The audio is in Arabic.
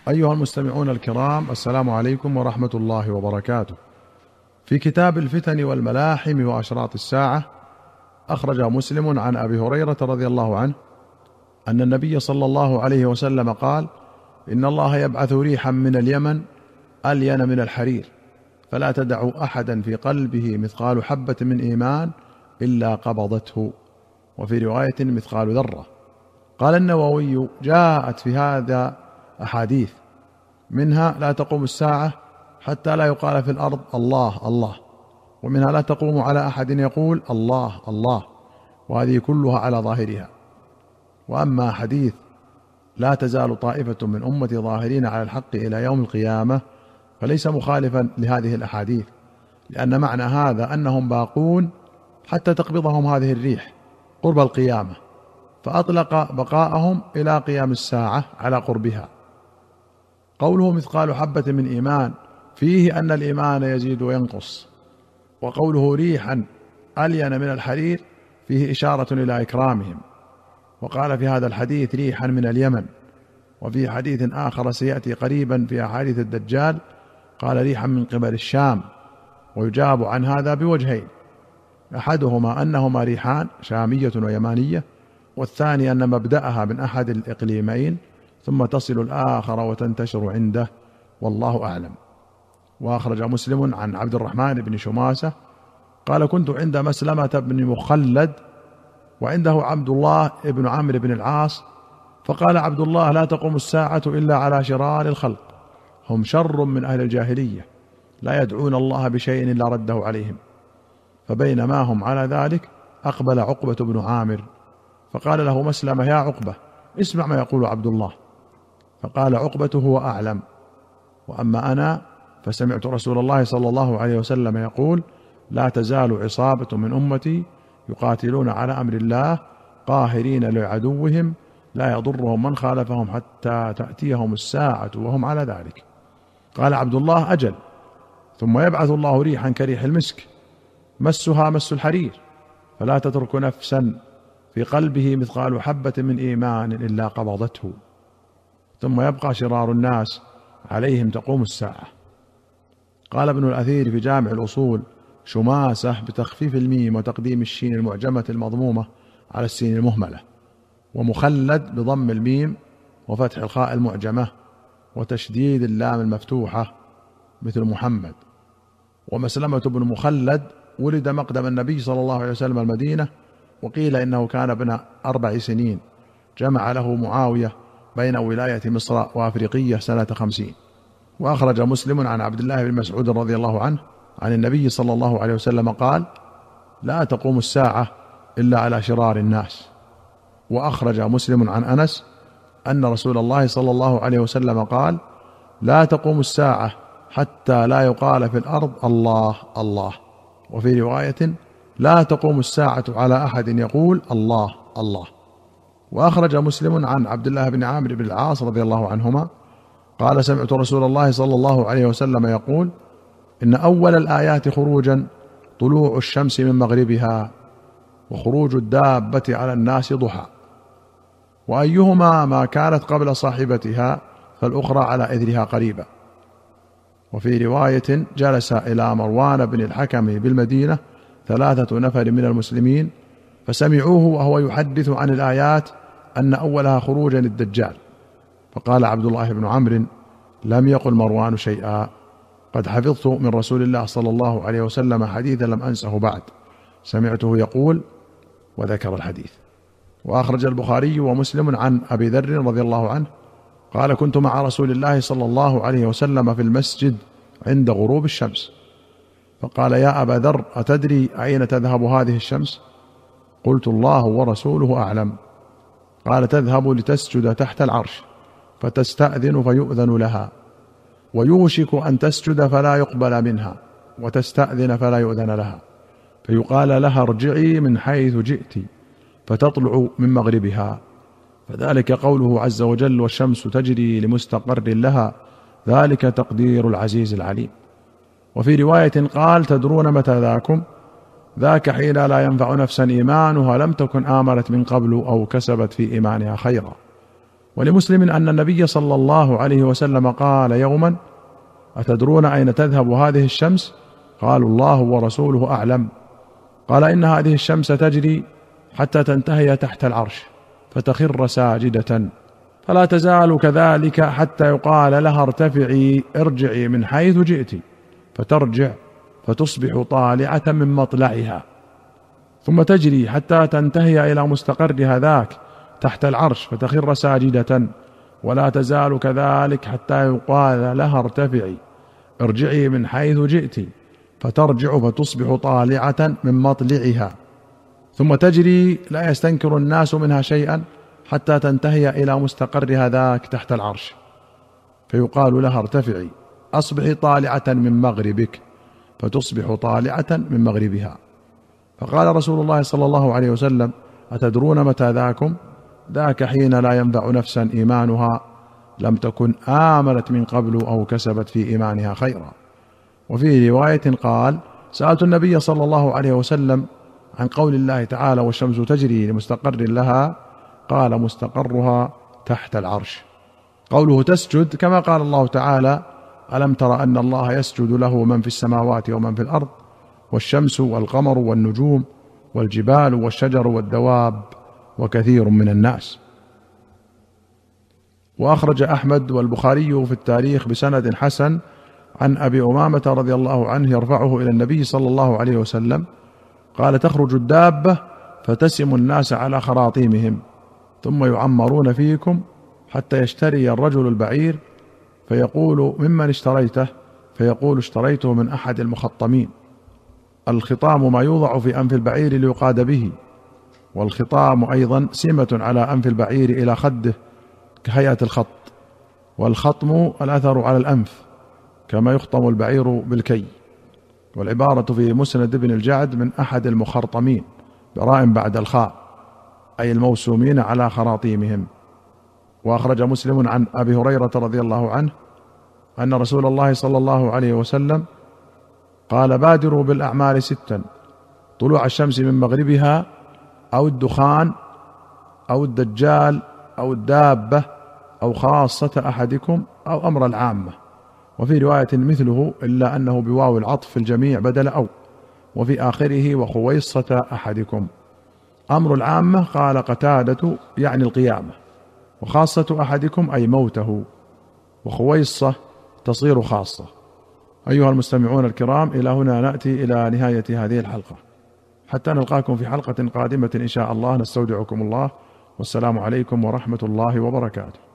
أيها المستمعون الكرام، السلام عليكم ورحمة الله وبركاته. في كتاب الفتن والملاحم وأشراط الساعة، أخرج مسلم عن أبي هريرة رضي الله عنه أن النبي صلى الله عليه وسلم قال: إن الله يبعث ريحا من اليمن ألين من الحرير، فلا تدع أحدا في قلبه مثقال حبة من إيمان إلا قبضته، وفي رواية مثقال ذرة. قال النووي: جاءت في هذا أحاديث، منها لا تقوم الساعة حتى لا يقال في الأرض الله الله، ومنها لا تقوم على أحد يقول الله الله، وهذه كلها على ظاهرها. وأما حديث لا تزال طائفة من أمتي ظاهرين على الحق إلى يوم القيامة فليس مخالفا لهذه الأحاديث، لأن معنى هذا أنهم باقون حتى تقبضهم هذه الريح قرب القيامة، فأطلق بقاءهم إلى قيام الساعة على قربها. قوله مثقال حبة من إيمان فيه أن الإيمان يزيد وينقص، وقوله ريحا ألين من الحرير فيه إشارة إلى إكرامهم. وقال في هذا الحديث ريحا من اليمن. وفي حديث آخر سيأتي قريبا في أحاديث الدجال قال ريحا من قبل الشام. ويجاب عن هذا بوجهين: أحدهما أنهما ريحان شامية ويمانية، والثاني أن مبدأها من أحد الإقليمين ثم تصل الآخر وتنتشر عنده، والله أعلم. وأخرج مسلم عن عبد الرحمن بن شماسة قال: كنت عند مسلمة بن مخلد وعنده عبد الله بن عمرو بن العاص، فقال عبد الله: لا تقوم الساعة إلا على شرار الخلق، هم شر من أهل الجاهلية، لا يدعون الله بشيء إلا رده عليهم. فبينما هم على ذلك أقبل عقبة بن عامر، فقال له مسلمة: يا عقبة، اسمع ما يقول عبد الله. فقال عقبة: هو أعلم. وأما أنا فسمعت رسول الله صلى الله عليه وسلم يقول: لا تزال عصابة من أمتي يقاتلون على أمر الله قاهرين لعدوهم لا يضرهم من خالفهم حتى تأتيهم الساعة وهم على ذلك. قال عبد الله: أجل. ثم يبعث الله ريحا كريح المسك مسها مس الحرير، فلا تترك نفسا في قلبه مثقال حبة من إيمان إلا قبضته، ثم يبقى شرار الناس عليهم تقوم الساعة. قال ابن الأثير في جامع الأصول: شماسة بتخفيف الميم وتقديم الشين المعجمة المضمومة على السين المهملة، ومخلد بضم الميم وفتح الخاء المعجمة وتشديد اللام المفتوحة مثل محمد. ومسلمة بن مخلد ولد مقدم النبي صلى الله عليه وسلم المدينة، وقيل إنه كان ابن 4 سنين، جمع له معاوية بين ولاية مصر وأفريقية سنة 50. وأخرج مسلم عن عبد الله بن مسعود رضي الله عنه عن النبي صلى الله عليه وسلم قال: لا تقوم الساعة إلا على شرار الناس. وأخرج مسلم عن أنس أن رسول الله صلى الله عليه وسلم قال: لا تقوم الساعة حتى لا يقال في الأرض الله الله. وفي رواية: لا تقوم الساعة على أحد يقول الله الله. وأخرج مسلم عن عبد الله بن عمرو بن العاص رضي الله عنهما قال: سمعت رسول الله صلى الله عليه وسلم يقول: إن أول الآيات خروجا طلوع الشمس من مغربها، وخروج الدابة على الناس ضحى، وأيهما ما كانت قبل صاحبتها فالأخرى على إثرها قريبا. وفي رواية: جلس إلى مروان بن الحكم بالمدينة 3 نفر من المسلمين فسمعوه وهو يحدث عن الآيات أن أولها خروجا الدجال، فقال عبد الله بن عمرو: لم يقل مروان شيئا، قد حفظت من رسول الله صلى الله عليه وسلم حديثا لم أنسه بعد، سمعته يقول، وذكر الحديث. وأخرج البخاري ومسلم عن أبي ذر رضي الله عنه قال: كنت مع رسول الله صلى الله عليه وسلم في المسجد عند غروب الشمس، فقال: يا أبا ذر، أتدري أين تذهب هذه الشمس؟ قلت: الله ورسوله أعلم. قال: تذهب لتسجد تحت العرش، فتستأذن فيؤذن لها، ويوشك أن تسجد فلا يقبل منها، وتستأذن فلا يؤذن لها، فيقال لها: ارجعي من حيث جئت، فتطلع من مغربها، فذلك قوله عز وجل: والشمس تجري لمستقر لها، ذلك تقدير العزيز العليم. وفي رواية قال: تدرون متى ذاكم؟ ذاك حين لا ينفع نفسا إيمانها لم تكن آمنت من قبل أو كسبت في إيمانها خيرا. ولمسلم أن النبي صلى الله عليه وسلم قال يوما: أتدرون أين تذهب هذه الشمس؟ قالوا: الله ورسوله أعلم. قال: إن هذه الشمس تجري حتى تنتهي تحت العرش فتخر ساجدة، فلا تزال كذلك حتى يقال لها: ارتفعي، ارجعي من حيث جئت، فترجع فتصبح طالعة من مطلعها، ثم تجري حتى تنتهي إلى مستقرها ذاك تحت العرش فتخر ساجدة، ولا تزال كذلك حتى يقال لها: ارتفعي، ارجعي من حيث جئت، فترجع فتصبح طالعة من مطلعها، ثم تجري لا يستنكر الناس منها شيئا حتى تنتهي إلى مستقرها ذاك تحت العرش، فيقال لها: ارتفعي، أصبحي طالعة من مغربك، فتصبح طالعة من مغربها. فقال رسول الله صلى الله عليه وسلم: أتدرون متى ذاكم؟ ذاك حين لا ينفع نفسا إيمانها لم تكن آمنت من قبل أو كسبت في إيمانها خيرا. وفي رواية قال: سألت النبي صلى الله عليه وسلم عن قول الله تعالى: والشمس تجري لمستقر لها، قال: مستقرها تحت العرش. قوله تسجد كما قال الله تعالى: ألم تر أن الله يسجد له من في السماوات ومن في الأرض، والشمس والقمر والنجوم والجبال والشجر والدواب وكثير من الناس. وأخرج أحمد والبخاري في التاريخ بسند حسن عن أبي أمامة رضي الله عنه يرفعه إلى النبي صلى الله عليه وسلم قال: تخرج الدابة فتسم الناس على خراطيمهم، ثم يعمرون فيكم حتى يشتري الرجل البعير فيقول: ممن اشتريته؟ فيقول: اشتريته من أحد المخطمين. الخطام ما يوضع في أنف البعير ليقاد به، والخطام أيضا سمة على أنف البعير إلى خده كهيئة الخط، والخطم الأثر على الأنف كما يخطم البعير بالكي. والعبارة في مسند بن الجعد من أحد المخرطمين براء بعد الخاء، أي الموسومين على خراطيمهم. وأخرج مسلم عن أبي هريرة رضي الله عنه أن رسول الله صلى الله عليه وسلم قال: بادروا بالأعمال 6: طلوع الشمس من مغربها، أو الدخان، أو الدجال، أو الدابة، أو خاصة أحدكم، أو أمر العامة. وفي رواية مثله إلا أنه بواو العطف في الجميع بدل أو، وفي آخره: وخويصة أحدكم. أمر العامة قال قتادة يعني القيامة، وخاصة أحدكم أي موته، وخويصة تصير خاصة. أيها المستمعون الكرام، إلى هنا نأتي إلى نهاية هذه الحلقة، حتى نلقاكم في حلقة قادمة إن شاء الله. نستودعكم الله، والسلام عليكم ورحمة الله وبركاته.